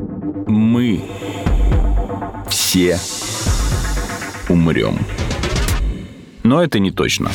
Мы все умрем. Но это не точно.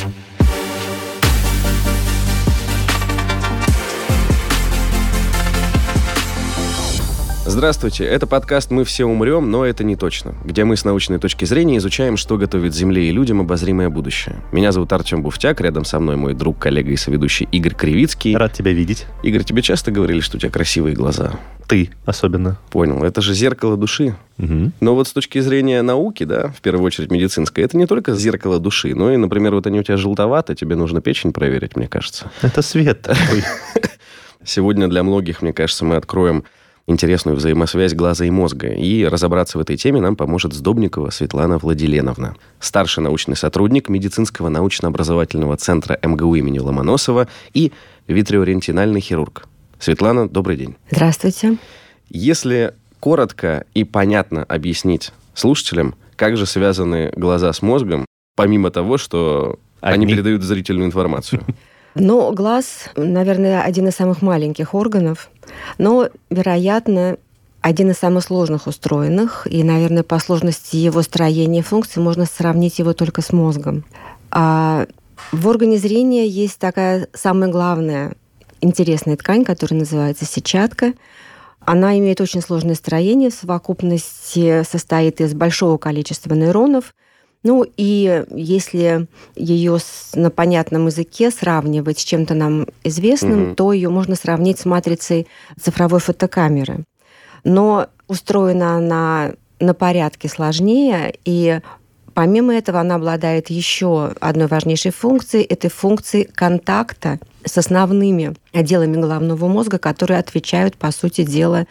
Здравствуйте, это подкаст «Мы все умрем, но это не точно», где мы с научной точки зрения изучаем, что готовит Земле и людям обозримое будущее. Меня зовут Артем Буфтяк, рядом со мной мой друг, коллега и соведущий Игорь Кривицкий. Рад тебя видеть. Игорь, тебе часто говорили, что у тебя красивые глаза? Ты особенно. Понял, это же зеркало души. Угу. Но вот с точки зрения науки, да, в первую очередь медицинской, это не только зеркало души, но и, например, вот они у тебя желтоваты, тебе нужно печень проверить, мне кажется. Это свет такой. Сегодня для многих, мне кажется, мы откроем интересную взаимосвязь глаза и мозга. И разобраться в этой теме нам поможет Сдобникова Светлана Владиленовна, старший научный сотрудник медицинского научно-образовательного центра МГУ имени Ломоносова и витреорентинальный хирург. Светлана, добрый день. Здравствуйте. Если коротко и понятно объяснить слушателям, как же связаны глаза с мозгом, помимо того, что они передают зрительную информацию. Ну, глаз, наверное, один из самых маленьких органов, но, вероятно, один из самых сложных устроенных, и, наверное, по сложности его строения и функций можно сравнить его только с мозгом. А в органе зрения есть такая самая главная интересная ткань, которая называется сетчатка. Она имеет очень сложное строение, в совокупности состоит из большого количества нейронов. Ну и если ее на понятном языке сравнивать с чем-то нам известным, то ее можно сравнить с матрицей цифровой фотокамеры. Но устроена она на порядке сложнее, и помимо этого она обладает еще одной важнейшей функцией. Это функцией контакта с основными отделами головного мозга, которые отвечают, по сути дела,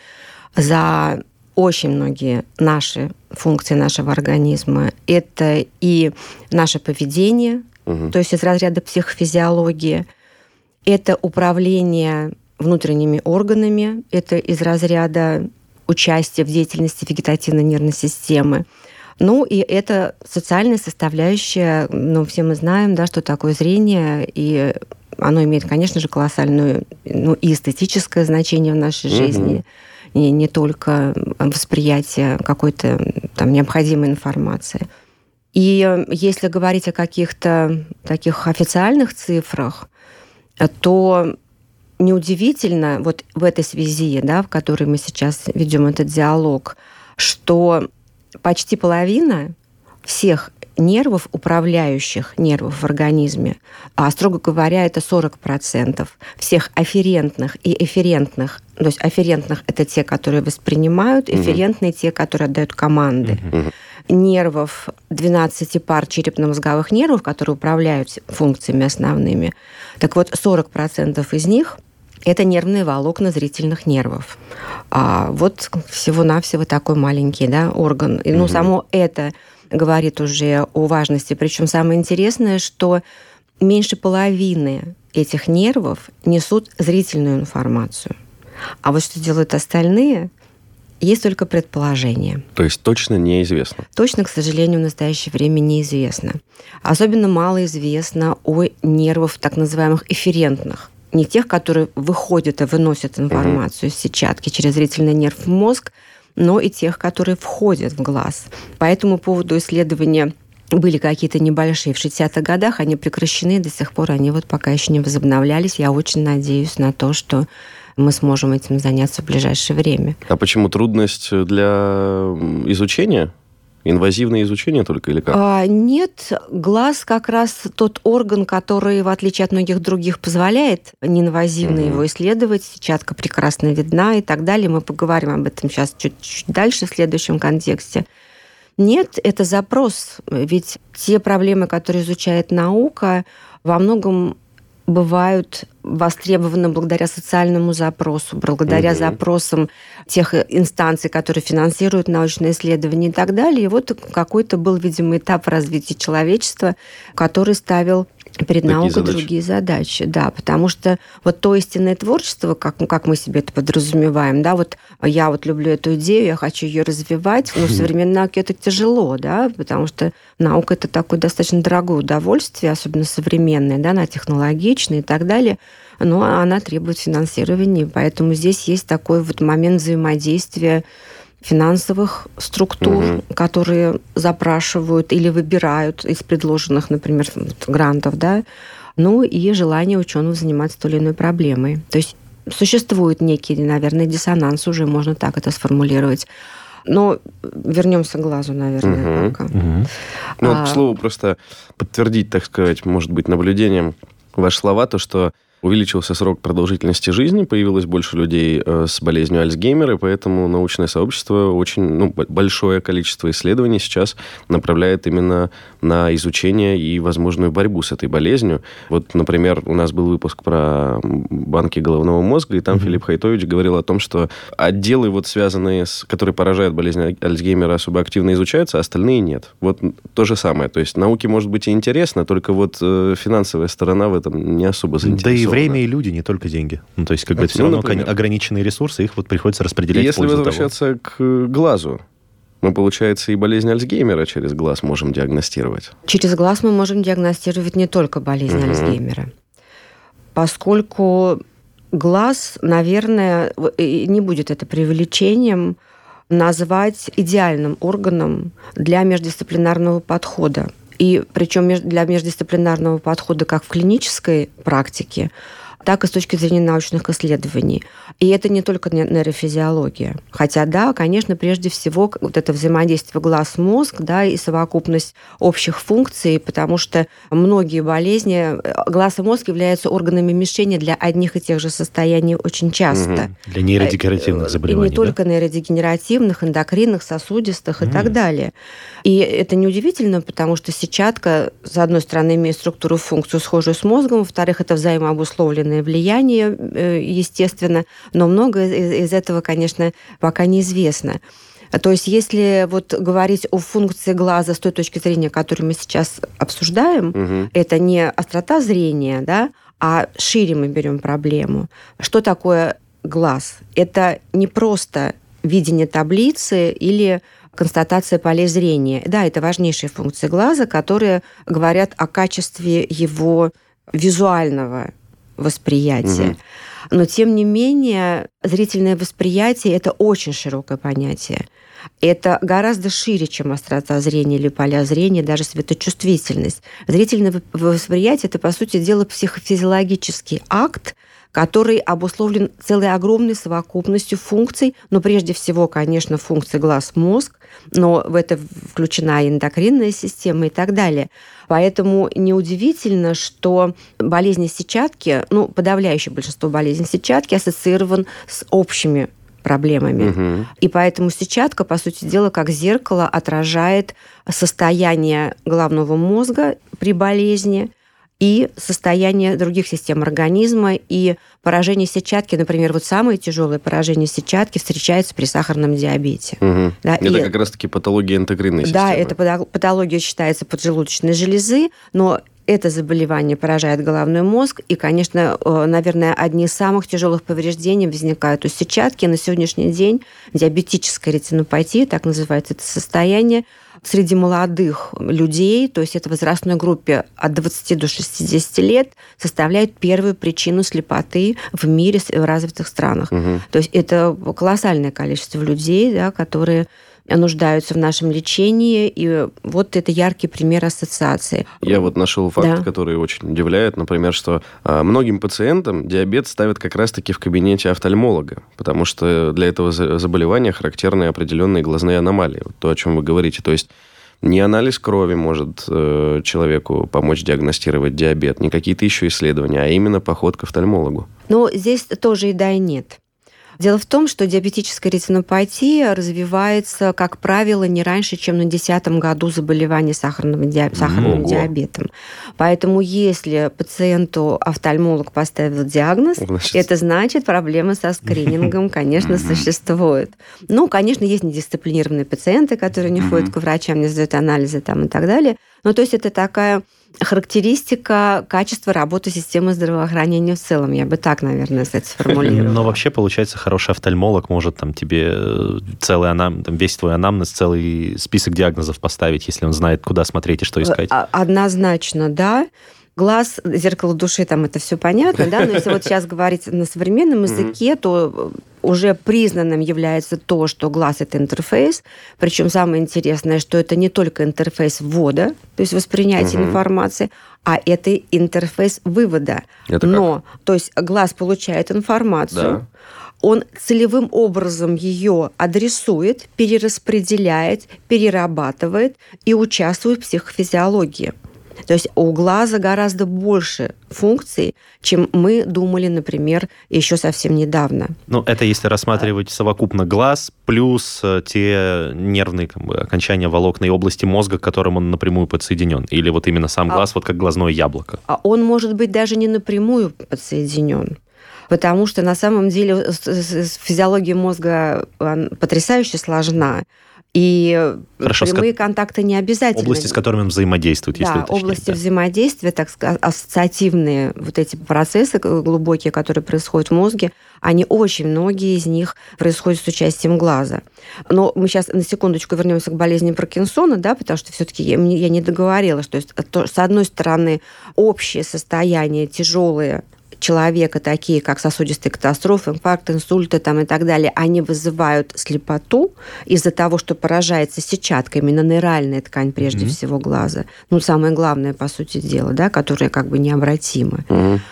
за очень многие наши функции нашего организма. Это и наше поведение, то есть из разряда психофизиологии, это управление внутренними органами, это из разряда участия в деятельности вегетативной нервной системы. Ну и это социальная составляющая, все мы знаем, да, что такое зрение, и оно имеет, конечно же, колоссальное и эстетическое значение в нашей жизни, и не только восприятие какой-то там необходимой информации. И если говорить о каких-то таких официальных цифрах, то неудивительно вот в этой связи, да, в которой мы сейчас ведем этот диалог, что почти половина всех нервов, управляющих нервов в организме, а строго говоря, это 40% всех афферентных и эфферентных, то есть афферентных – это те, которые воспринимают, эфферентные – те, которые отдают команды. Нервов, 12 пар черепно-мозговых нервов, которые управляют функциями основными. Так вот, 40% из них – это нервные волокна зрительных нервов. А вот всего-навсего такой маленький, да, орган. И само это говорит уже о важности. Причем самое интересное, что меньше половины этих нервов несут зрительную информацию. А вот что делают остальные, есть только предположение. То есть точно неизвестно? Точно, к сожалению, в настоящее время неизвестно. Особенно мало известно о нервах так называемых эфферентных. Не тех, которые выходят и выносят информацию из сетчатки через зрительный нерв в мозг, но и тех, которые входят в глаз. По этому поводу исследования были какие-то небольшие в 60-х годах, они прекращены, до сих пор они вот пока еще не возобновлялись. Я очень надеюсь на то, что мы сможем этим заняться в ближайшее время. А почему трудность для изучения? Инвазивное изучение только или как? Нет, глаз как раз тот орган, который, в отличие от многих других, позволяет неинвазивно его исследовать. Сетчатка прекрасно видна и так далее. Мы поговорим об этом сейчас чуть дальше в следующем контексте. Нет, это запрос. Ведь те проблемы, которые изучает наука, во многом бывают востребованы благодаря социальному запросу, благодаря запросам тех инстанций, которые финансируют научные исследования и так далее. И вот какой-то был, видимо, этап развития человечества, который ставил перед наукой другие задачи. Да, потому что вот то истинное творчество, как мы себе это подразумеваем, да, вот я вот люблю эту идею, я хочу ее развивать, но в современной науке это тяжело, да, потому что наука – это такое достаточно дорогое удовольствие, особенно современное, да, она технологичная и так далее. но она требует финансирования, поэтому здесь есть такой вот момент взаимодействия финансовых структур, которые запрашивают или выбирают из предложенных, например, грантов, да, ну и желание ученых заниматься той или иной проблемой. То есть существует некий, наверное, диссонанс, уже можно так это сформулировать. Но вернемся к глазу, наверное, пока. Ну, вот, к слову, просто подтвердить, так сказать, может быть, наблюдением ваши слова, то, что увеличился срок продолжительности жизни, появилось больше людей с болезнью Альцгеймера, и поэтому научное сообщество очень большое количество исследований сейчас направляет именно на изучение и возможную борьбу с этой болезнью. Вот, например, у нас был выпуск про банки головного мозга, и там Филипп Хайтович говорил о том, что отделы, вот, связанные с, которые поражают болезнь Альцгеймера, особо активно изучаются, а остальные нет. Вот то же самое. То есть науке может быть и интересно, только вот финансовая сторона в этом не особо заинтересована. Время и люди, не только деньги. Ну, то есть, как бы, все равно ограниченные ресурсы, их вот приходится распределять в пользу того. Если возвращаться к глазу, мы, получается, и болезнь Альцгеймера через глаз можем диагностировать. Через глаз мы можем диагностировать не только болезнь Альцгеймера. Поскольку глаз, наверное, не будет это преувеличением, назвать идеальным органом для междисциплинарного подхода. И причем для междисциплинарного подхода как в клинической практике, так и с точки зрения научных исследований. И это не только нейрофизиология. Хотя, да, конечно, прежде всего вот это взаимодействие глаз-мозг, да, и совокупность общих функций, потому что многие болезни, глаз и мозг являются органами мишени для одних и тех же состояний очень часто. Для нейродегенеративных заболеваний, и не только нейродегенеративных, эндокринных, сосудистых и так далее. И это неудивительно, потому что сетчатка, с одной стороны, имеет структуру и функцию, схожую с мозгом, во-вторых, это взаимообусловленное влияние, естественно, но многое из этого, конечно, пока неизвестно. То есть, если вот говорить о функции глаза с той точки зрения, которую мы сейчас обсуждаем, это не острота зрения, да, а шире мы берем проблему. Что такое глаз? Это не просто видение таблицы или констатация полей зрения. Да, это важнейшие функции глаза, которые говорят о качестве его визуального восприятия. Но, тем не менее, зрительное восприятие – это очень широкое понятие. Это гораздо шире, чем острота зрения или поля зрения, даже светочувствительность. Зрительное восприятие – это, по сути дела, психофизиологический акт, который обусловлен целой огромной совокупностью функций, но прежде всего, конечно, функции глаз-мозг, но в это включена и эндокринная система и так далее. Поэтому неудивительно, что болезни сетчатки, подавляющее большинство болезней сетчатки ассоциирован с общими проблемами. И поэтому сетчатка, по сути дела, как зеркало отражает состояние головного мозга при болезни и состояние других систем организма. И поражение сетчатки, например, вот самое тяжелое поражение сетчатки встречается при сахарном диабете. Да, это как раз-таки патология эндокринной системы. Да, это патология считается поджелудочной железы, но это заболевание поражает головной мозг, и, конечно, наверное, одни из самых тяжелых повреждений возникают у сетчатки. На сегодняшний день диабетическая ретинопатия, так называется это состояние, среди молодых людей, то есть это в возрастной группе от 20 до 60 лет, составляет первую причину слепоты в мире в развитых странах. То есть это колоссальное количество людей, да, которые нуждаются в нашем лечении, и вот это яркий пример ассоциации. Я вот нашел факт, который очень удивляет, например, что многим пациентам диабет ставят как раз-таки в кабинете офтальмолога, потому что для этого заболевания характерны определенные глазные аномалии, вот то, о чем вы говорите. То есть не анализ крови может человеку помочь диагностировать диабет, не какие-то еще исследования, а именно поход к офтальмологу. Но здесь тоже и да, и нет. Дело в том, что диабетическая ретинопатия развивается, как правило, не раньше, чем на 10-м году заболевания сахарным диабетом. Поэтому если пациенту офтальмолог поставил диагноз, это значит, проблемы со скринингом, конечно, существуют. Конечно, есть недисциплинированные пациенты, которые не ходят к врачам, не сдают анализы там, и так далее. То есть это такая характеристика качества работы системы здравоохранения в целом. Я бы так, наверное, это сформулировала. Но вообще, получается, хороший офтальмолог может тебе весь твой анамнез, целый список диагнозов поставить, если он знает, куда смотреть и что искать. Однозначно, да. глаз, зеркало души, там это все понятно, да, но если вот сейчас говорить на современном языке, то уже признанным является то, что глаз – это интерфейс. Причем самое интересное, что это не только интерфейс ввода, то есть воспринятия информации, а это интерфейс вывода. Но, то есть глаз получает информацию, он целевым образом ее адресует, перераспределяет, перерабатывает и участвует в психофизиологии. То есть у глаза гораздо больше функций, чем мы думали, например, еще совсем недавно. Ну, это если рассматривать совокупно глаз плюс те нервные окончания волокна и области мозга, к которым он напрямую подсоединен. Или вот именно сам глаз, вот как глазное яблоко. А он может быть даже не напрямую подсоединен. Потому что на самом деле физиология мозга потрясающе сложна. И прямые контакты не обязательно. Области, с которыми он взаимодействует, если уточнить. Области взаимодействия, так сказать, ассоциативные вот эти процессы глубокие, которые происходят в мозге, они очень многие из них происходят с участием глаза. Но мы сейчас на секундочку вернемся к болезни Паркинсона, да, потому что все-таки я не договорила, что с одной стороны общее состояние тяжелое человека, такие как сосудистые катастрофы, инфаркт, инсульты там, и так далее, они вызывают слепоту из-за того, что поражается сетчатка, именно нейральная ткань прежде всего глаза. Ну, самое главное, по сути дела, да, которое как бы необратимо.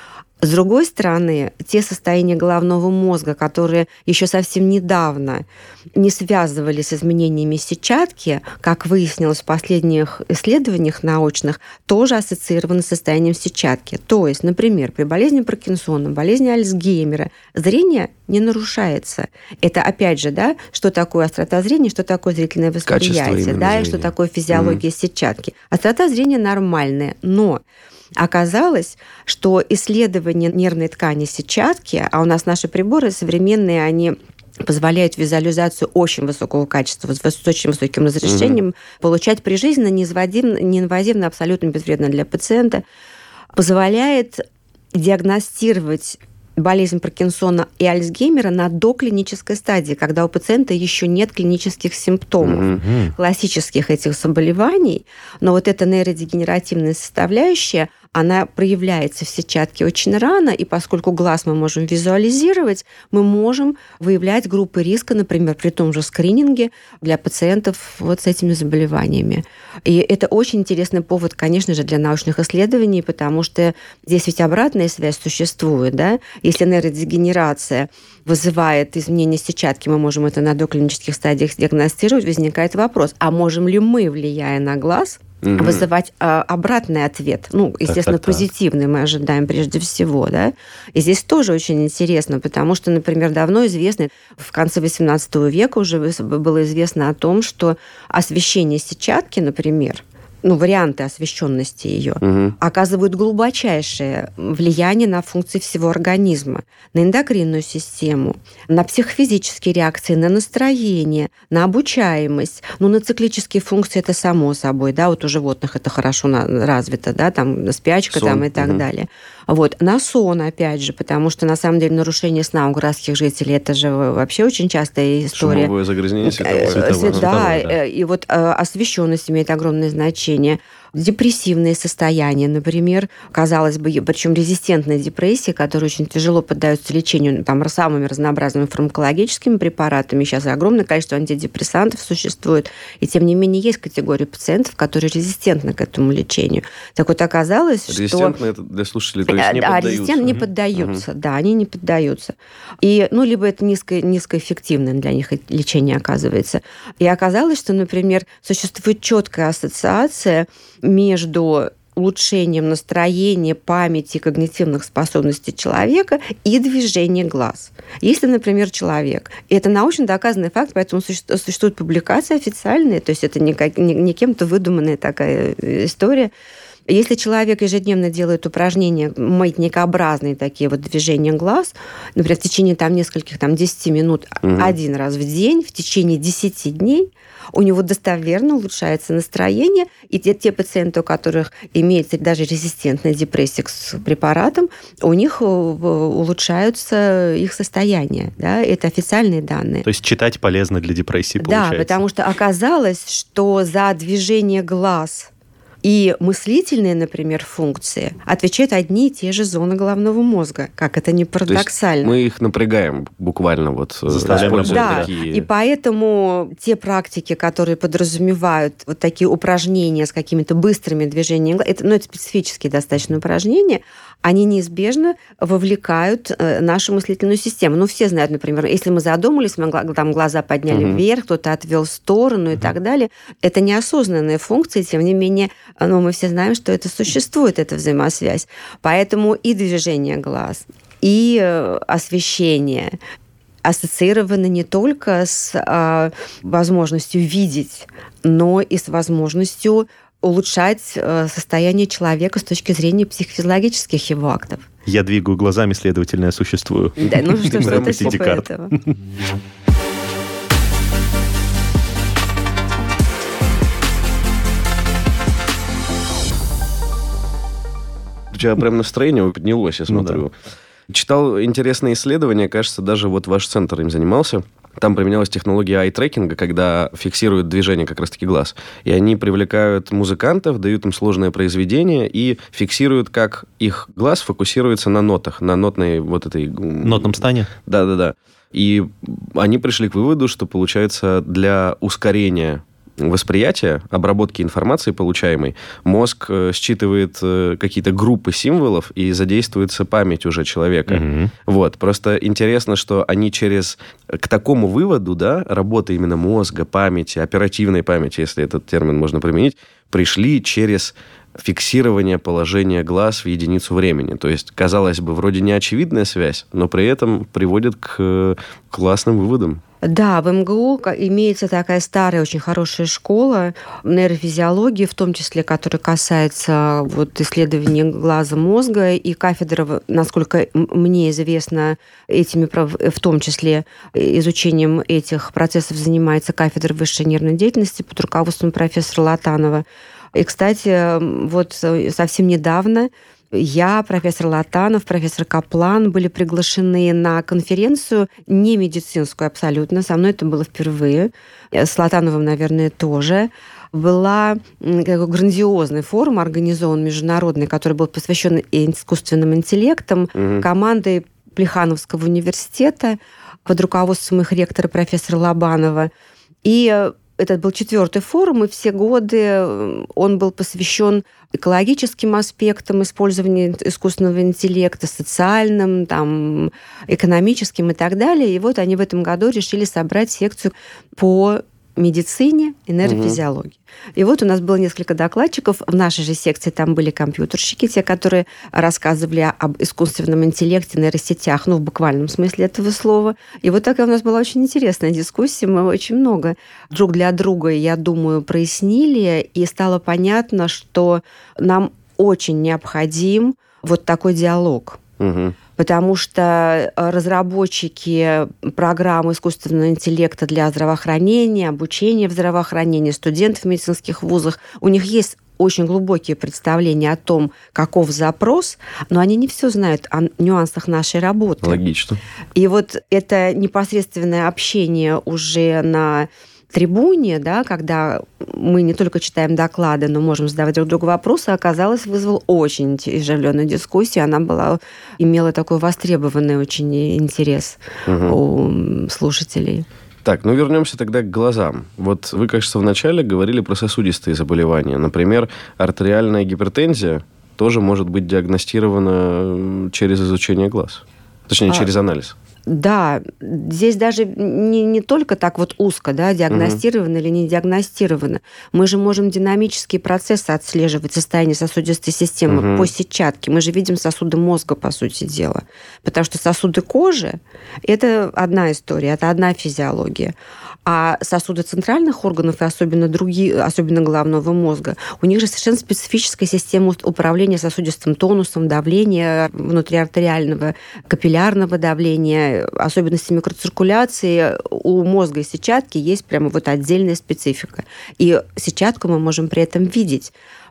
С другой стороны, те состояния головного мозга, которые еще совсем недавно не связывали с изменениями сетчатки, как выяснилось в последних исследованиях научных, тоже ассоциированы с состоянием сетчатки. То есть, например, при болезни Паркинсона, болезни Альцгеймера зрение не нарушается. Это, опять же, да, что такое острота зрения, что такое зрительное восприятие, да, и что такое физиология сетчатки. Острота зрения нормальная, но оказалось, что исследование нервной ткани сетчатки, а у нас наши приборы современные, они позволяют визуализацию очень высокого качества, с очень высоким разрешением, получать прижизненно, неинвазивно, абсолютно безвредно для пациента, позволяет диагностировать болезнь Паркинсона и Альцгеймера на доклинической стадии, когда у пациента еще нет клинических симптомов, классических этих заболеваний, но вот эта нейродегенеративная составляющая, она проявляется в сетчатке очень рано, и поскольку глаз мы можем визуализировать, мы можем выявлять группы риска, например, при том же скрининге для пациентов вот с этими заболеваниями. И это очень интересный повод, конечно же, для научных исследований, потому что здесь ведь обратная связь существует, да? Если нейродегенерация вызывает изменение сетчатки, мы можем это на доклинических стадиях диагностировать, возникает вопрос, а можем ли мы, влияя на глаз, вызывать обратный ответ, ну, естественно, позитивный мы ожидаем прежде всего, да. И здесь тоже очень интересно, потому что, например, давно известно, в конце XVIII века уже было известно о том, что освещение сетчатки, например, варианты освещенности ее, оказывают глубочайшее влияние на функции всего организма, на эндокринную систему, на психофизические реакции, на настроение, на обучаемость, на циклические функции это само собой, да, вот у животных это хорошо развито, да, там спячка там, и так далее. Вот, на сон, опять же, потому что, на самом деле, нарушение сна у городских жителей, это же вообще очень частая история. Шумовое загрязнение световое. Да, и вот освещенность имеет огромное значение. Депрессивные состояния, например, казалось бы, причем резистентная депрессия, которая очень тяжело поддается лечению там, самыми разнообразными фармакологическими препаратами. Сейчас огромное количество антидепрессантов существует, и тем не менее есть категория пациентов, которые резистентны к этому лечению. Так вот оказалось, что... Резистентны это для слушателей, то есть не поддаются. Резистентны не поддаются, да, они не поддаются. И, либо это низкоэффективное для них лечение оказывается. И оказалось, что, например, существует четкая ассоциация между улучшением настроения, памяти, когнитивных способностей человека и движения глаз. Если, например, человек, и это научно доказанный факт, поэтому существуют публикации официальные, то есть это не кем-то выдуманная такая история. Если человек ежедневно делает упражнения, маятникообразные такие вот движения глаз, например, в течение нескольких 10 минут один раз в день, в течение 10 дней, у него достоверно улучшается настроение, и те пациенты, у которых имеется даже резистентная депрессия к препаратам, у них улучшаются их состояние. Да? Это официальные данные. То есть читать полезно для депрессии, получается. Да, потому что оказалось, что за движение глаз И мыслительные, например, функции отвечают одни и те же зоны головного мозга, как это ни парадоксально. То есть мы их напрягаем буквально, заставляем работать. Да, и поэтому те практики, которые подразумевают вот такие упражнения с какими-то быстрыми движениями, это специфические достаточно упражнения, они неизбежно вовлекают нашу мыслительную систему. Все знают, например, если мы задумались, мы там глаза подняли вверх, кто-то отвел в сторону и так далее. Это неосознанные функции, тем не менее, мы все знаем, что это существует, эта взаимосвязь. Поэтому и движение глаз, и освещение ассоциированы не только с возможностью видеть, но и с возможностью улучшать состояние человека с точки зрения психофизиологических его актов. Я двигаю глазами, следовательно, я существую. Да, что-то типа этого. У тебя прям настроение поднялось, я смотрю. Да. Читал интересные исследования, кажется, даже ваш центр им занимался. Там применялась технология ай-трекинга, когда фиксируют движение как раз-таки глаз. И они привлекают музыкантов, дают им сложное произведение и фиксируют, как их глаз фокусируется на нотах, на нотной нотном стане? Да. И они пришли к выводу, что, получается, для ускорения восприятия, обработки информации получаемой, мозг считывает какие-то группы символов и задействуется память уже человека. Просто интересно, что они к такому выводу, работы именно мозга, памяти, оперативной памяти, если этот термин можно применить, пришли через фиксирование положения глаз в единицу времени. То есть, казалось бы, вроде неочевидная связь, но при этом приводит к классным выводам. Да, в МГУ имеется такая старая, очень хорошая школа нейрофизиологии, в том числе, которая касается исследований глаза, мозга, и кафедра, насколько мне известно, этими, в том числе изучением этих процессов занимается кафедра высшей нервной деятельности под руководством профессора Латанова. И, кстати, совсем недавно я, профессор Латанов, профессор Каплан были приглашены на конференцию, не медицинскую абсолютно, со мной это было впервые, с Латановым, наверное, тоже. Была такой грандиозный форум, организован международный, который был посвящен искусственным интеллектам, командой Плехановского университета под руководством их ректора профессора Лобанова. И это был 4-й форум, и все годы он был посвящен экологическим аспектам использования искусственного интеллекта, социальным, экономическим и так далее. И они в этом году решили собрать секцию по медицине и нейрофизиологии. И у нас было несколько докладчиков. В нашей же секции там были компьютерщики, те, которые рассказывали об искусственном интеллекте, нейросетях, в буквальном смысле этого слова. И такая у нас была очень интересная дискуссия. Мы очень много друг для друга, я думаю, прояснили, и стало понятно, что нам очень необходим такой диалог. Потому что разработчики программ искусственного интеллекта для здравоохранения, обучения в здравоохранении, студентов в медицинских вузах, у них есть очень глубокие представления о том, каков запрос, но они не все знают о нюансах нашей работы. Логично. И это непосредственное общение уже на трибуне, когда мы не только читаем доклады, но можем задавать друг другу вопросы, оказалось, вызвал очень оживленную дискуссию. Она имела такой востребованный очень интерес у слушателей. Так, вернемся тогда к глазам. Вы, кажется, вначале говорили про сосудистые заболевания. Например, артериальная гипертензия тоже может быть диагностирована через изучение глаз. Точнее, через анализ. Да, здесь даже не только так узко, диагностировано или не диагностировано. Мы же можем динамические процессы отслеживать, состояние сосудистой системы по сетчатке. Мы же видим сосуды мозга, по сути дела. Потому что сосуды кожи – это одна история, это одна физиология. А сосуды центральных органов, и особенно головного мозга, у них же совершенно специфическая система управления сосудистым тонусом, давления внутриартериального, капиллярного давления, особенности микроциркуляции. У мозга и сетчатки есть прямо отдельная специфика. И сетчатку мы можем при этом видеть.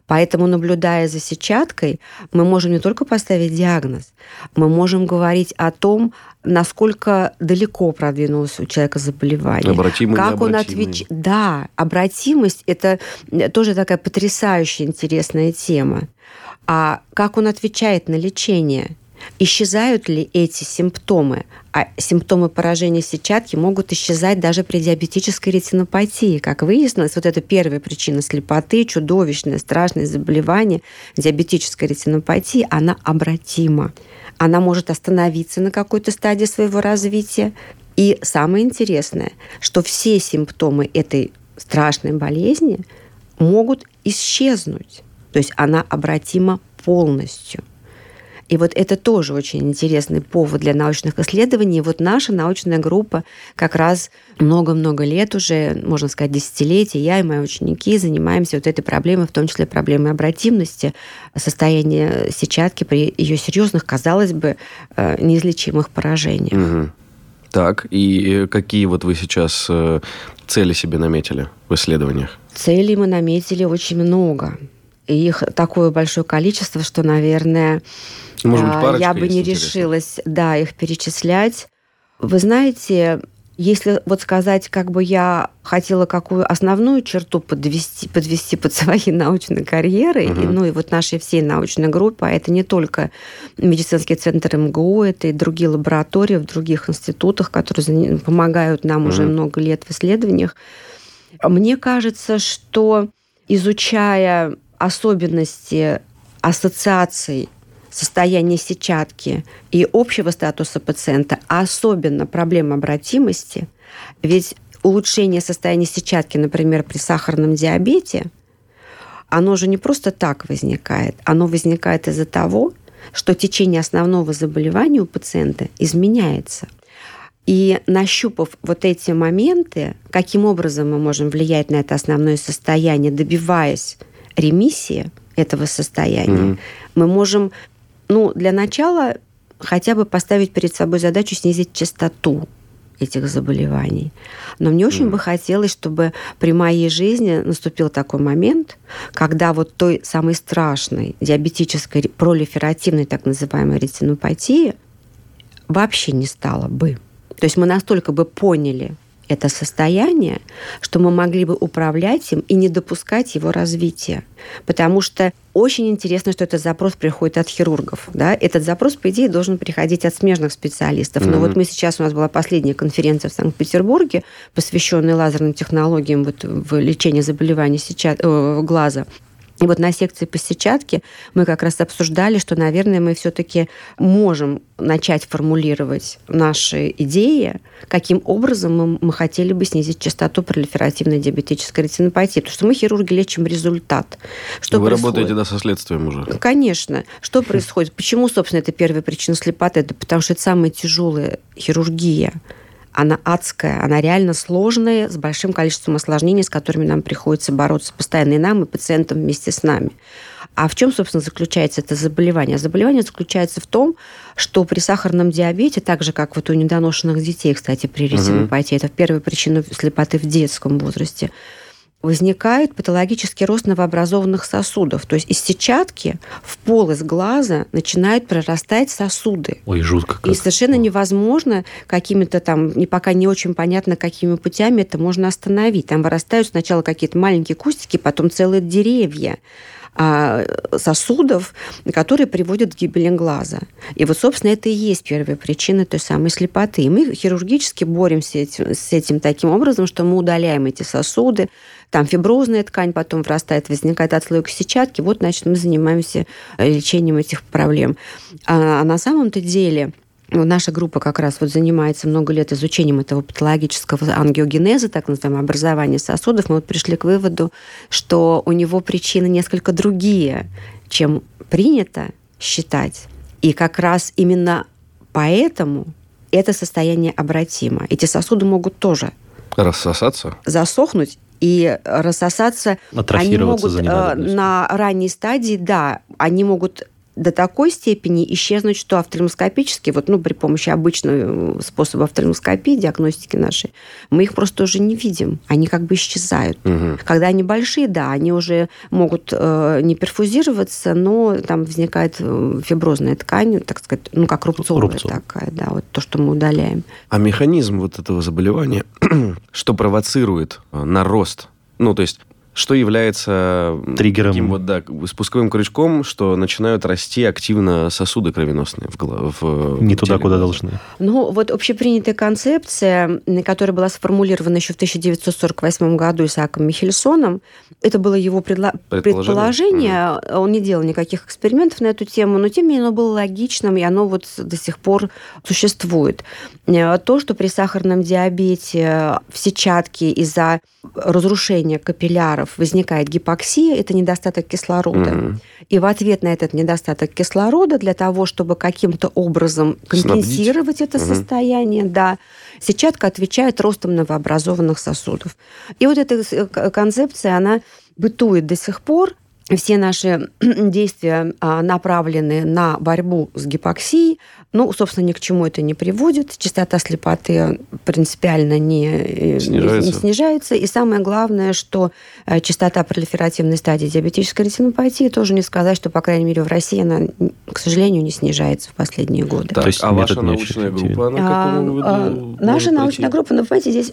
Поэтому, наблюдая за сетчаткой, мы можем не только поставить диагноз, мы можем говорить о том, насколько далеко продвинулось у человека заболевание. Обратимый, как он необратимый. Да, обратимость – это тоже такая потрясающая интересная тема. А как он отвечает на лечение? Исчезают ли эти симптомы? А симптомы поражения сетчатки могут исчезать даже при диабетической ретинопатии. Как выяснилось, вот это первая причина слепоты, чудовищное, страшное заболевание, диабетическая ретинопатия, она обратима. Она может остановиться на какой-то стадии своего развития. И самое интересное, что все симптомы этой страшной болезни могут исчезнуть. То есть она обратима полностью. И вот это тоже очень интересный повод для научных исследований. И вот наша научная группа как раз много-много лет уже, можно сказать, десятилетия, я и мои ученики занимаемся вот этой проблемой, в том числе проблемой обратимости, состояния сетчатки при ее серьезных, казалось бы, неизлечимых поражениях. Угу. Так, и какие вот вы сейчас цели себе наметили в исследованиях? Целей мы наметили очень много. И их такое большое количество, что, наверное, может быть, парочка, я бы не решилась, их перечислять. Вы знаете, если вот сказать, как бы я хотела какую основную черту подвести под своей научной карьерой, и вот нашей всей научной группы, а это не только медицинский центр МГУ, это и другие лаборатории в других институтах, которые помогают нам уже много лет в исследованиях. Мне кажется, что изучая особенности ассоциаций состояния сетчатки и общего статуса пациента, а особенно проблем обратимости, ведь улучшение состояния сетчатки, например, при сахарном диабете, оно же не просто так возникает, оно возникает из-за того, что течение основного заболевания у пациента изменяется. И нащупав вот эти моменты, каким образом мы можем влиять на это основное состояние, добиваясь ремиссии этого состояния, мы можем, для начала хотя бы поставить перед собой задачу снизить частоту этих заболеваний. Но мне очень бы хотелось, чтобы при моей жизни наступил такой момент, когда вот той самой страшной диабетической пролиферативной так называемой ретинопатии вообще не стало бы. То есть мы настолько бы поняли это состояние, что мы могли бы управлять им и не допускать его развития. Потому что очень интересно, что этот запрос приходит от хирургов. Да? Этот запрос, по идее, должен приходить от смежных специалистов. Но вот у нас была последняя конференция в Санкт-Петербурге, посвященная лазерным технологиям в лечении заболеваний глаза. И вот на секции по сетчатке мы как раз обсуждали, что, наверное, мы все-таки можем начать формулировать наши идеи, каким образом мы хотели бы снизить частоту пролиферативной диабетической ретинопатии. Потому что мы, хирурги, лечим результат. Что Вы происходит? работаете со следствием уже. Конечно. Что происходит? Почему, собственно, это первая причина слепоты? Это потому что это самая тяжелая хирургия. Она адская, она реально сложная, с большим количеством осложнений, с которыми нам приходится бороться постоянно и нам, и пациентам вместе с нами. А в чем, собственно, заключается это заболевание? Заболевание заключается в том, что при сахарном диабете, так же, как вот у недоношенных детей, кстати, при ретинопатии, это первая причина слепоты в детском возрасте, возникает патологический рост новообразованных сосудов. То есть из сетчатки в полость глаза начинают прорастать сосуды. Ой, жутко как. И совершенно невозможно какими-то там, пока не очень понятно, какими путями это можно остановить. Там вырастают сначала какие-то маленькие кустики, потом целые деревья сосудов, которые приводят к гибели глаза. И вот, собственно, это и есть первая причина той самой слепоты. И мы хирургически боремся с этим таким образом, что мы удаляем эти сосуды, там фиброзная ткань потом вырастает, возникает отслойка сетчатки. Вот, значит, мы занимаемся лечением этих проблем. А на самом-то деле наша группа как раз вот занимается много лет изучением этого патологического ангиогенеза, так называемого образования сосудов. Мы вот пришли к выводу, что у него причины несколько другие, чем принято считать. И как раз именно поэтому это состояние обратимо. Эти сосуды могут тоже рассосаться, засохнуть и рассосаться. Атрофироваться они могут за ненадобностью. На ранней стадии, да, они могут до такой степени исчезнуть, что офтальмоскопически, при помощи обычного способа офтальмоскопии, диагностики нашей, мы их просто уже не видим. Они как бы исчезают. Угу. Когда они большие, да, они уже могут не перфузироваться, но там возникает фиброзная ткань, так сказать, как рубцовая такая, да, вот то, что мы удаляем. А механизм вот этого заболевания, что провоцирует нарост? То есть, что является триггером, таким спусковым крючком, что начинают расти активно сосуды кровеносные в не туда, куда должны. Общепринятая концепция, которая была сформулирована еще в 1948 году Исааком Михельсоном, это было его предположение. Он не делал никаких экспериментов на эту тему, но тем не менее оно было логичным, и оно до сих пор существует. То, что при сахарном диабете в сетчатке из-за разрушения капилляров возникает гипоксия, это недостаток кислорода. Угу. И в ответ на этот недостаток кислорода, для того, чтобы каким-то образом компенсировать это состояние, сетчатка отвечает ростом новообразованных сосудов. И вот эта концепция, она бытует до сих пор. Все наши действия направлены на борьбу с гипоксией. Собственно, ни к чему это не приводит. Частота слепоты принципиально не снижается. И самое главное, что частота пролиферативной стадии диабетической ретинопатии тоже не сказать, что, по крайней мере, в России она, к сожалению, не снижается в последние годы. Так, ваша научная группа, она к какому выводу? Наша научная группа, понимаете, здесь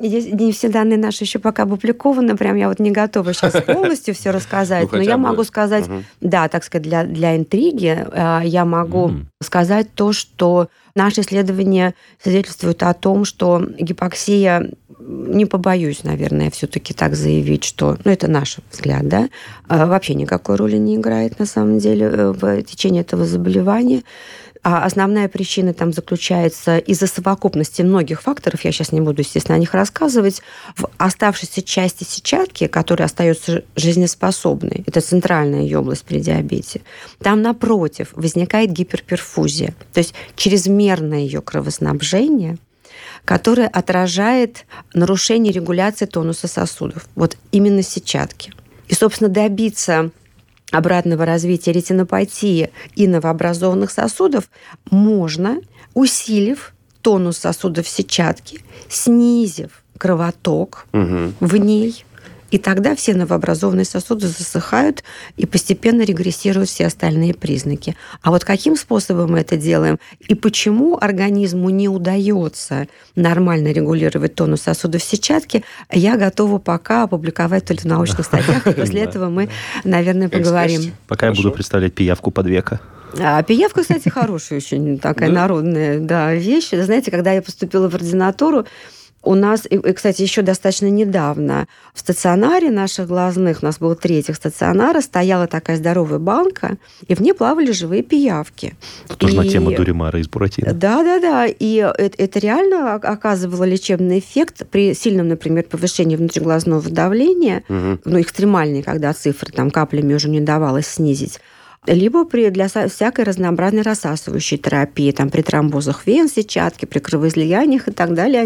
не все данные наши еще пока опубликованы. Прям я не готова сейчас полностью все рассказать. Но я могу сказать, так сказать, для интриги, я могу сказать то, что наши исследования свидетельствуют о том, что гипоксия, не побоюсь, наверное, все-таки так заявить, что, это наш взгляд, вообще никакой роли не играет на самом деле в течение этого заболевания. А основная причина там заключается из-за совокупности многих факторов, я сейчас не буду, естественно, о них рассказывать, в оставшейся части сетчатки, которая остается жизнеспособной, это центральная ее область при диабете, там, напротив, возникает гиперперфузия, то есть чрезмерное ее кровоснабжение, которое отражает нарушение регуляции тонуса сосудов, именно сетчатки. И, собственно, добиться обратного развития ретинопатии и новообразованных сосудов можно, усилив тонус сосудов сетчатки, снизив кровоток в ней, и тогда все новообразованные сосуды засыхают и постепенно регрессируют все остальные признаки. А каким способом мы это делаем и почему организму не удается нормально регулировать тонус сосудов сетчатки, я готова пока опубликовать только в научных статьях, и после этого мы, наверное, поговорим. Пока я буду представлять пиявку под веко. Пиявка, кстати, хорошая очень такая народная вещь. Знаете, когда я поступила в ординатуру, у нас, и, кстати, еще достаточно недавно в стационаре наших глазных, у нас было 3 стационара, стояла такая здоровая банка, и в ней плавали живые пиявки. Тоже на тему Дуримара из Буратино. Да. И это реально оказывало лечебный эффект при сильном, например, повышении внутриглазного давления, экстремальные, когда цифры каплями уже не давалось снизить, либо для всякой разнообразной рассасывающей терапии, при тромбозах вен, сетчатки, при кровоизлияниях и так далее,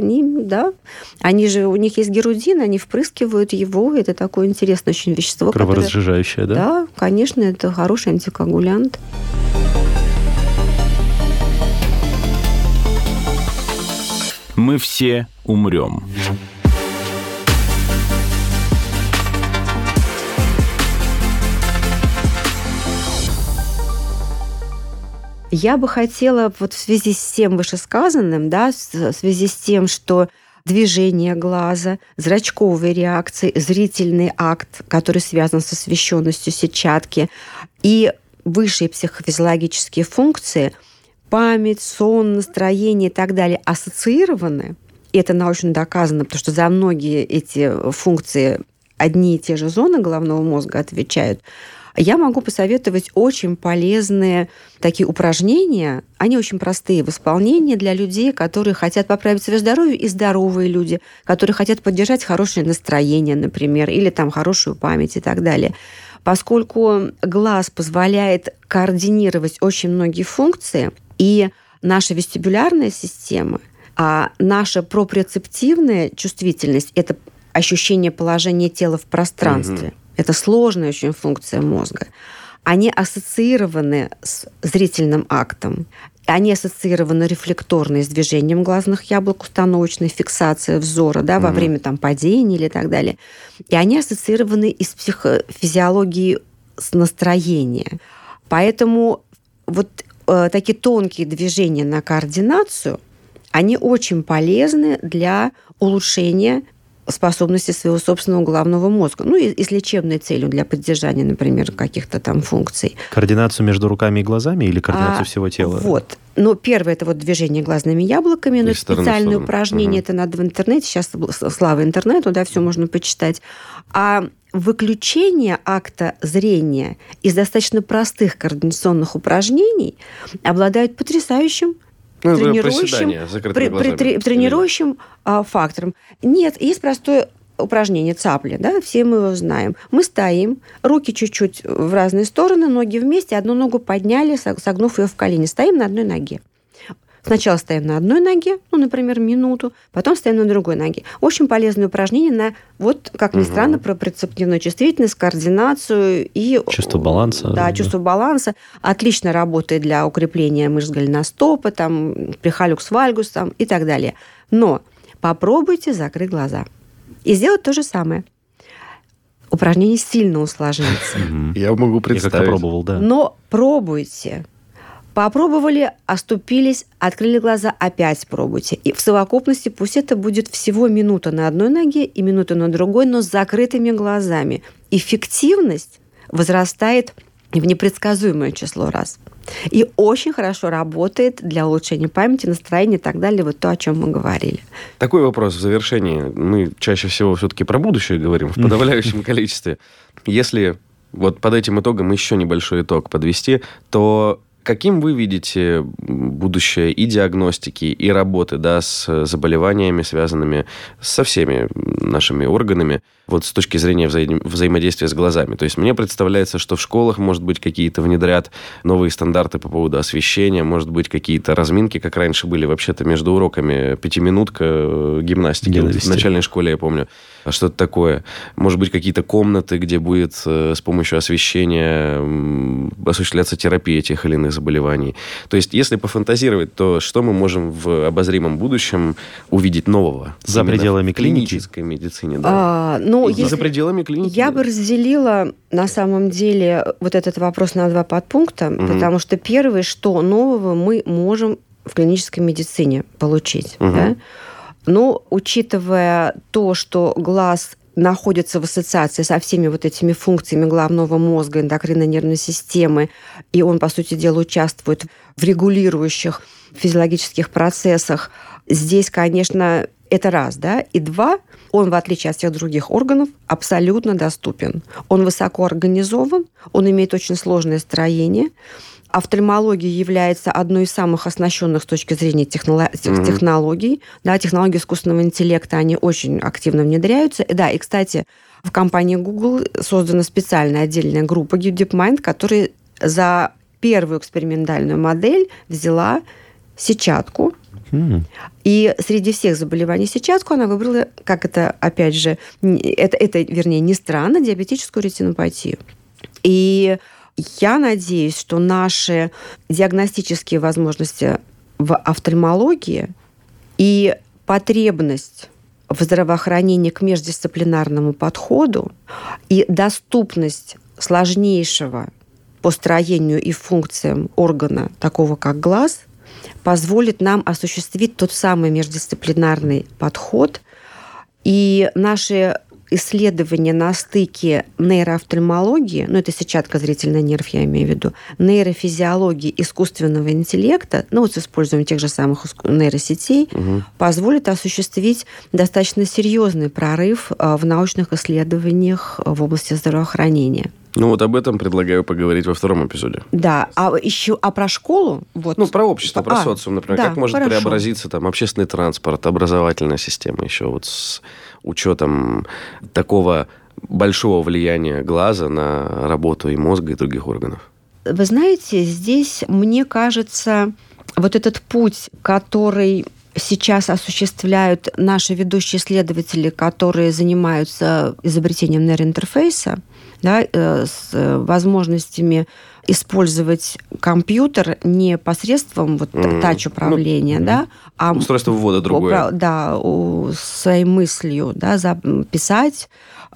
они же, у них есть герудин, они впрыскивают его, это такое интересное очень вещество. Кроворазжижающее, да? Да, конечно, это хороший антикоагулянт. Мы все умрем. Я бы хотела в связи с всем вышесказанным, в связи с тем, что движение глаза, зрачковые реакции, зрительный акт, который связан с освещенностью сетчатки, и высшие психофизиологические функции, память, сон, настроение и так далее ассоциированы, и это научно доказано, потому что за многие эти функции одни и те же зоны головного мозга отвечают, я могу посоветовать очень полезные такие упражнения. Они очень простые в исполнении для людей, которые хотят поправить свое здоровье, и здоровые люди, которые хотят поддержать хорошее настроение, например, или хорошую память и так далее. Поскольку глаз позволяет координировать очень многие функции, и наша вестибулярная система, а наша проприоцептивная чувствительность – это ощущение положения тела в пространстве. Это сложная очень функция мозга. они ассоциированы с зрительным актом. Они ассоциированы рефлекторно с движением глазных яблок, установочной фиксацией взора, да, во время там, падения или так далее. И они ассоциированы и с психофизиологией с настроения. Поэтому вот такие тонкие движения на координацию, они очень полезны для улучшения способности своего собственного головного мозга. Ну, и с лечебной целью для поддержания, например, каких-то там функций. Координацию между руками и глазами или координацию всего тела? Вот. Но первое – это вот движение глазными яблоками, но это специальное упражнение, это надо в интернете, сейчас слава интернету, да, все можно почитать. А выключение акта зрения из достаточно простых координационных упражнений обладает потрясающим тренирующим фактором. Нет, есть простое упражнение цапли, да, все мы его знаем. Мы стоим, руки чуть-чуть в разные стороны, ноги вместе, одну ногу подняли, согнув ее в колени. Стоим на одной ноге. Сначала стоим на одной ноге, ну, например, минуту, потом стоим на другой ноге. Очень полезное упражнение на, вот, как ни странно, про прецептивную чувствительность, координацию и... Чувство баланса. Да, чувство баланса. Отлично работает для укрепления мышц голеностопа, там, прихалюкс вальгус там, и так далее. Но попробуйте закрыть глаза. И сделать то же самое. Упражнение сильно усложнится. Я могу представить. Я как-то пробовал, да. Но пробуйте. Попробовали, оступились, открыли глаза, опять пробуйте. И в совокупности пусть это будет всего минута на одной ноге и минута на другой, но с закрытыми глазами. Эффективность возрастает в непредсказуемое число раз. И очень хорошо работает для улучшения памяти, настроения и так далее. Вот то, о чем мы говорили. Такой вопрос в завершении. Мы чаще всего все-таки про будущее говорим в подавляющем количестве. Если вот под этим итогом еще небольшой итог подвести, то каким вы видите будущее и диагностики, и работы, да, с заболеваниями, связанными со всеми нашими органами, вот с точки зрения взаимодействия с глазами? То есть мне представляется, что в школах, может быть, какие-то внедрят новые стандарты по поводу освещения, может быть, какие-то разминки, как раньше были вообще-то между уроками, 5-минутка гимнастики в начальной школе, я помню, что-то такое. Может быть, какие-то комнаты, где будет с помощью освещения осуществляться терапия тех или иных заболеваний. То есть, если пофантазировать, то что мы можем в обозримом будущем увидеть нового? За пределами клинической медицине, да. За пределами клиники. Я бы разделила, на самом деле, вот этот вопрос на два подпункта, потому что первое, что нового мы можем в клинической медицине получить. Да? Но, учитывая то, что глаз находится в ассоциации со всеми вот этими функциями головного мозга, эндокринной нервной системы, и он, по сути дела, участвует в регулирующих физиологических процессах, здесь, конечно, это раз, да, и два, он, в отличие от всех других органов, абсолютно доступен. Он высоко организован, он имеет очень сложное строение. Офтальмология является одной из самых оснащенных с точки зрения технологий. Да, технологии искусственного интеллекта, они очень активно внедряются. Да, и, кстати, в компании Google создана специальная отдельная группа DeepMind, которая за первую экспериментальную модель взяла сетчатку. И среди всех заболеваний сетчатку она выбрала, как это, опять же, вернее, не странно, диабетическую ретинопатию. И я надеюсь, что наши диагностические возможности в офтальмологии и потребность в здравоохранении к междисциплинарному подходу и доступность сложнейшего по строению и функциям органа, такого как глаз, позволит нам осуществить тот самый междисциплинарный подход. И наши исследования на стыке нейроофтальмологии, это сетчатка, зрительный нерв, я имею в виду, нейрофизиологии, искусственного интеллекта, с использованием тех же самых нейросетей, позволит осуществить достаточно серьезный прорыв в научных исследованиях в области здравоохранения. Об этом предлагаю поговорить во втором эпизоде. Да, а про школу? Про общество, про социум, например. Да, как может преобразиться общественный транспорт, образовательная система еще с учетом такого большого влияния глаза на работу и мозга, и других органов? Вы знаете, здесь, мне кажется, вот этот путь, который сейчас осуществляют наши ведущие исследователи, которые занимаются изобретением нейроинтерфейса, да, с возможностями использовать компьютер не посредством тач-управления, да, а устройство ввода другое. Да, своей мыслью, да, записать,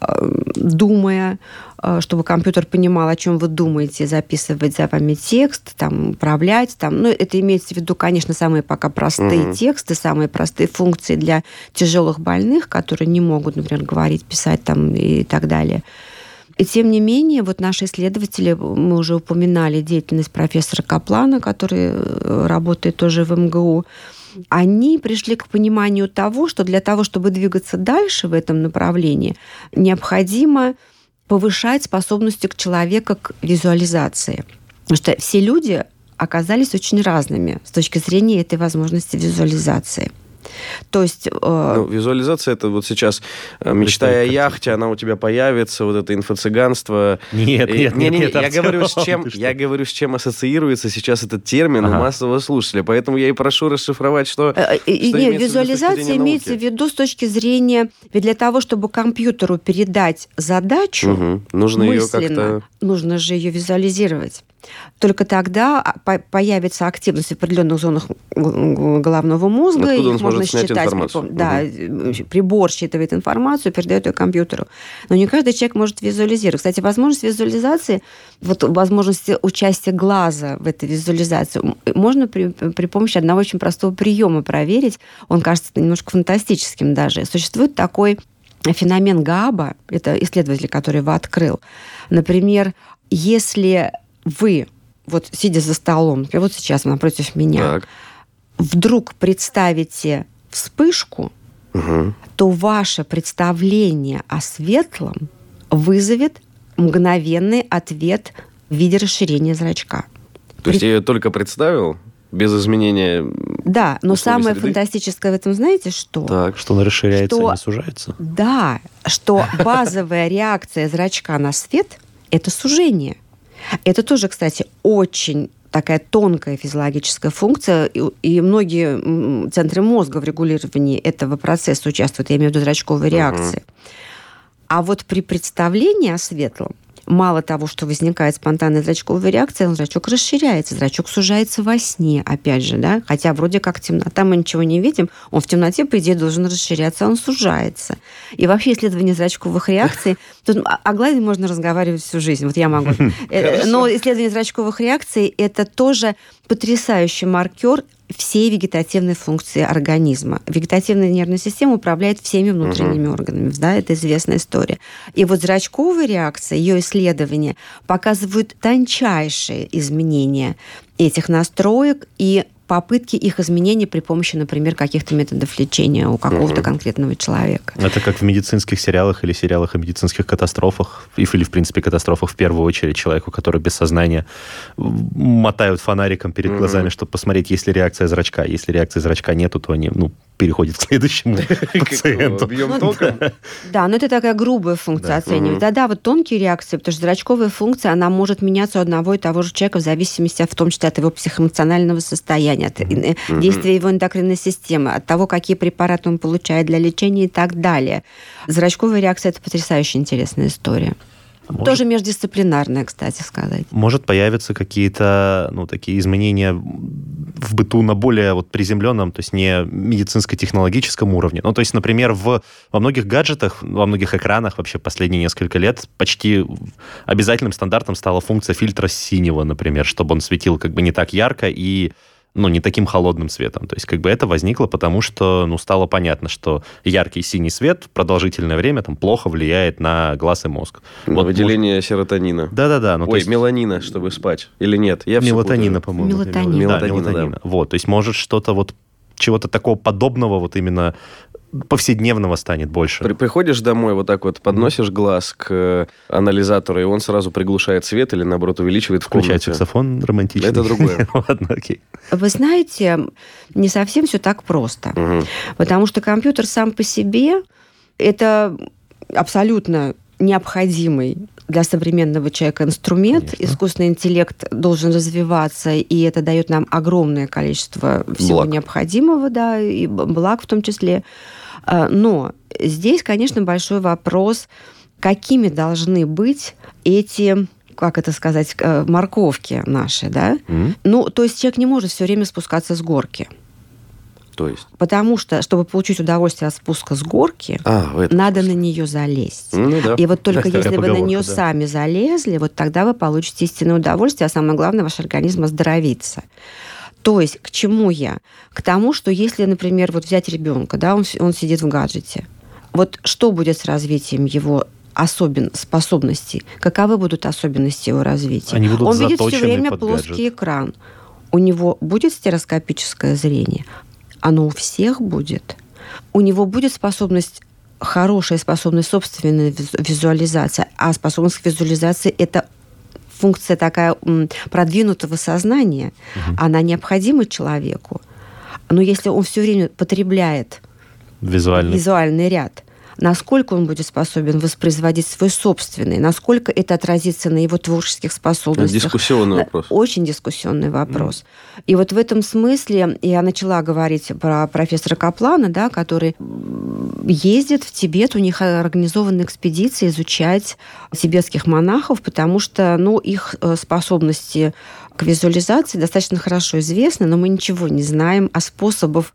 думая, чтобы компьютер понимал, о чем вы думаете, записывать за вами текст, там, управлять. Там. Ну, это имеется в виду, конечно, самые пока простые тексты, самые простые функции для тяжелых больных, которые не могут, например, говорить, писать там, и так далее. И тем не менее, вот наши исследователи, мы уже упоминали деятельность профессора Каплана, который работает тоже в МГУ, они пришли к пониманию того, что для того, чтобы двигаться дальше в этом направлении, необходимо повышать способности человека к визуализации. Потому что все люди оказались очень разными с точки зрения этой возможности визуализации. То есть... визуализация, это вот сейчас, мечтая о яхте, она у тебя появится, вот это инфо-цыганство. Нет. Я говорю, с чем ассоциируется сейчас этот термин у массового слушателя. Поэтому я и прошу расшифровать, что визуализация имеется в виду с точки зрения... Ведь для того, чтобы компьютеру передать задачу мысленно, нужно же ее визуализировать. Только тогда появится активность в определенных зонах головного мозга. Откуда он сможет снять считать, информацию? Да, прибор считывает информацию, передает ее компьютеру. Но не каждый человек может визуализировать. Кстати, возможность визуализации, возможность участия глаза в этой визуализации можно при помощи одного очень простого приема проверить. Он кажется немножко фантастическим даже. Существует такой феномен Гааба, это исследователь, который его открыл. Например, если вы, вот сидя за столом, вот сейчас напротив меня, вдруг представите вспышку, то ваше представление о светлом вызовет мгновенный ответ в виде расширения зрачка. То есть я ее только представил, без изменения... Да, но самое фантастическое в этом, знаете, что? Так, что она расширяется, а не сужается? Да, что базовая реакция зрачка на свет – это сужение. Это тоже, кстати, очень такая тонкая физиологическая функция, и многие центры мозга в регулировании этого процесса участвуют, я имею в виду зрачковой реакции. А вот при представлении о светлом, мало того, что возникает спонтанная зрачковая реакция, зрачок расширяется, зрачок сужается во сне, опять же, да, хотя вроде как темнота, мы ничего не видим, он в темноте, по идее, должен расширяться, он сужается. И вообще исследование зрачковых реакций, тут о глазе можно разговаривать всю жизнь, вот я могу. Но исследование зрачковых реакций – это тоже потрясающий маркер всей вегетативной функции организма. Вегетативная нервная система управляет всеми внутренними органами. Да, это известная история. И вот зрачковая реакция, ее исследования показывают тончайшие изменения этих настроек и попытки их изменения при помощи, например, каких-то методов лечения у какого-то конкретного человека. Это как в медицинских сериалах или сериалах о медицинских катастрофах, или, в принципе, катастрофах в первую очередь человеку, который без сознания, мотают фонариком перед глазами, чтобы посмотреть, есть ли реакция зрачка. Если реакции зрачка нету, то они, переходит к следующему пациенту. Бьем током? Да, но это такая грубая функция оценивать. Да, вот тонкие реакции, потому что зрачковая функция, она может меняться у одного и того же человека в зависимости, в том числе от его психоэмоционального состояния, от действия его эндокринной системы, от того, какие препараты он получает для лечения и так далее. Зрачковая реакция – это потрясающе интересная история. Тоже междисциплинарная, кстати сказать. Может появиться какие-то такие изменения в быту на более приземленном, то есть не медицинско-технологическом уровне. То есть, например, во многих гаджетах, во многих экранах вообще последние несколько лет почти обязательным стандартом стала функция фильтра синего, например, чтобы он светил не так ярко и не таким холодным светом. То есть это возникло, потому что стало понятно, что яркий синий свет продолжительное время плохо влияет на глаз и мозг. Выделение серотонина. Да-да-да. Меланина, чтобы спать. Или нет? Мелатонина, по-моему. Мелатонина. Да. То есть может что-то чего-то такого подобного именно повседневного станет больше. Приходишь домой, подносишь глаз к анализатору, и он сразу приглушает свет или, наоборот, увеличивает в комнате. Включает саксофон романтичный. Это другое. Ладно, окей. Вы знаете, не совсем все так просто. Потому что компьютер сам по себе – это абсолютно необходимый для современного человека инструмент. Конечно. Искусственный интеллект должен развиваться, и это дает нам огромное количество всего необходимого, да, и благ в том числе. Но здесь, конечно, большой вопрос, какими должны быть эти, как это сказать, морковки наши, да? Ну, то есть человек не может все время спускаться с горки. То есть? Потому что, чтобы получить удовольствие от спуска с горки, надо на нее залезть. Ну, да. И вот только если вы на нее сами залезли, вот тогда вы получите истинное удовольствие, а самое главное, ваш организм оздоровится. То есть к чему я? К тому, что если, например, вот взять ребенка, да, он сидит в гаджете, вот что будет с развитием его способностей? Каковы будут особенности его развития? Они будут он видит все время под плоский гаджет. экран. У него будет стереоскопическое зрение? Оно у всех будет. У него будет хорошая способность собственной визуализации, а способность к визуализации – это функция такая продвинутого сознания, она необходима человеку. Но если он все время потребляет визуальный ряд, насколько он будет способен воспроизводить свой собственный, насколько это отразится на его творческих способностях. Это дискуссионный вопрос. Очень дискуссионный вопрос. И вот в этом смысле я начала говорить про профессора Каплана, да, который ездит в Тибет, у них организованы экспедиции изучать тибетских монахов, потому что их способности к визуализации достаточно хорошо известны, но мы ничего не знаем о способах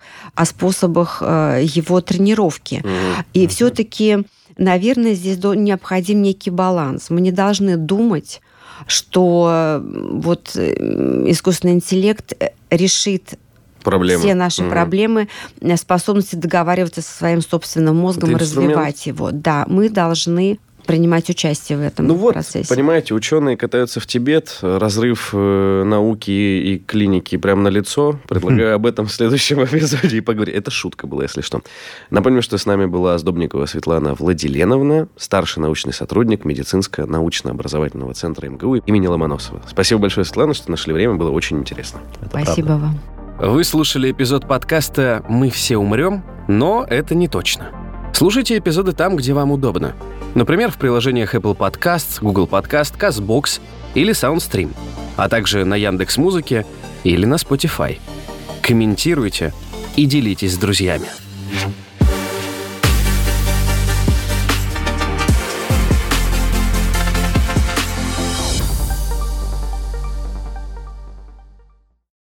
его тренировки. И все-таки, наверное, здесь необходим некий баланс. Мы не должны думать, что вот искусственный интеллект решит все наши проблемы, способности договариваться со своим собственным мозгом и развивать его. Да, мы должны принимать участие в этом процессе. Вот, понимаете, ученые катаются в Тибет, разрыв науки и клиники прямо на лицо. Предлагаю об этом в следующем эпизоде и поговорить. Это шутка была, если что. Напомню, что с нами была Сдобникова Светлана Владиленовна, старший научный сотрудник медицинско-научно-образовательного центра МГУ имени Ломоносова. Спасибо большое, Светлана, что нашли время, было очень интересно. Спасибо вам. Вы слушали эпизод подкаста «Мы все умрем», но это не точно. Слушайте эпизоды там, где вам удобно. Например, в приложениях Apple Podcasts, Google Podcast, CastBox или SoundStream, а также на Яндекс.Музыке или на Spotify. Комментируйте и делитесь с друзьями.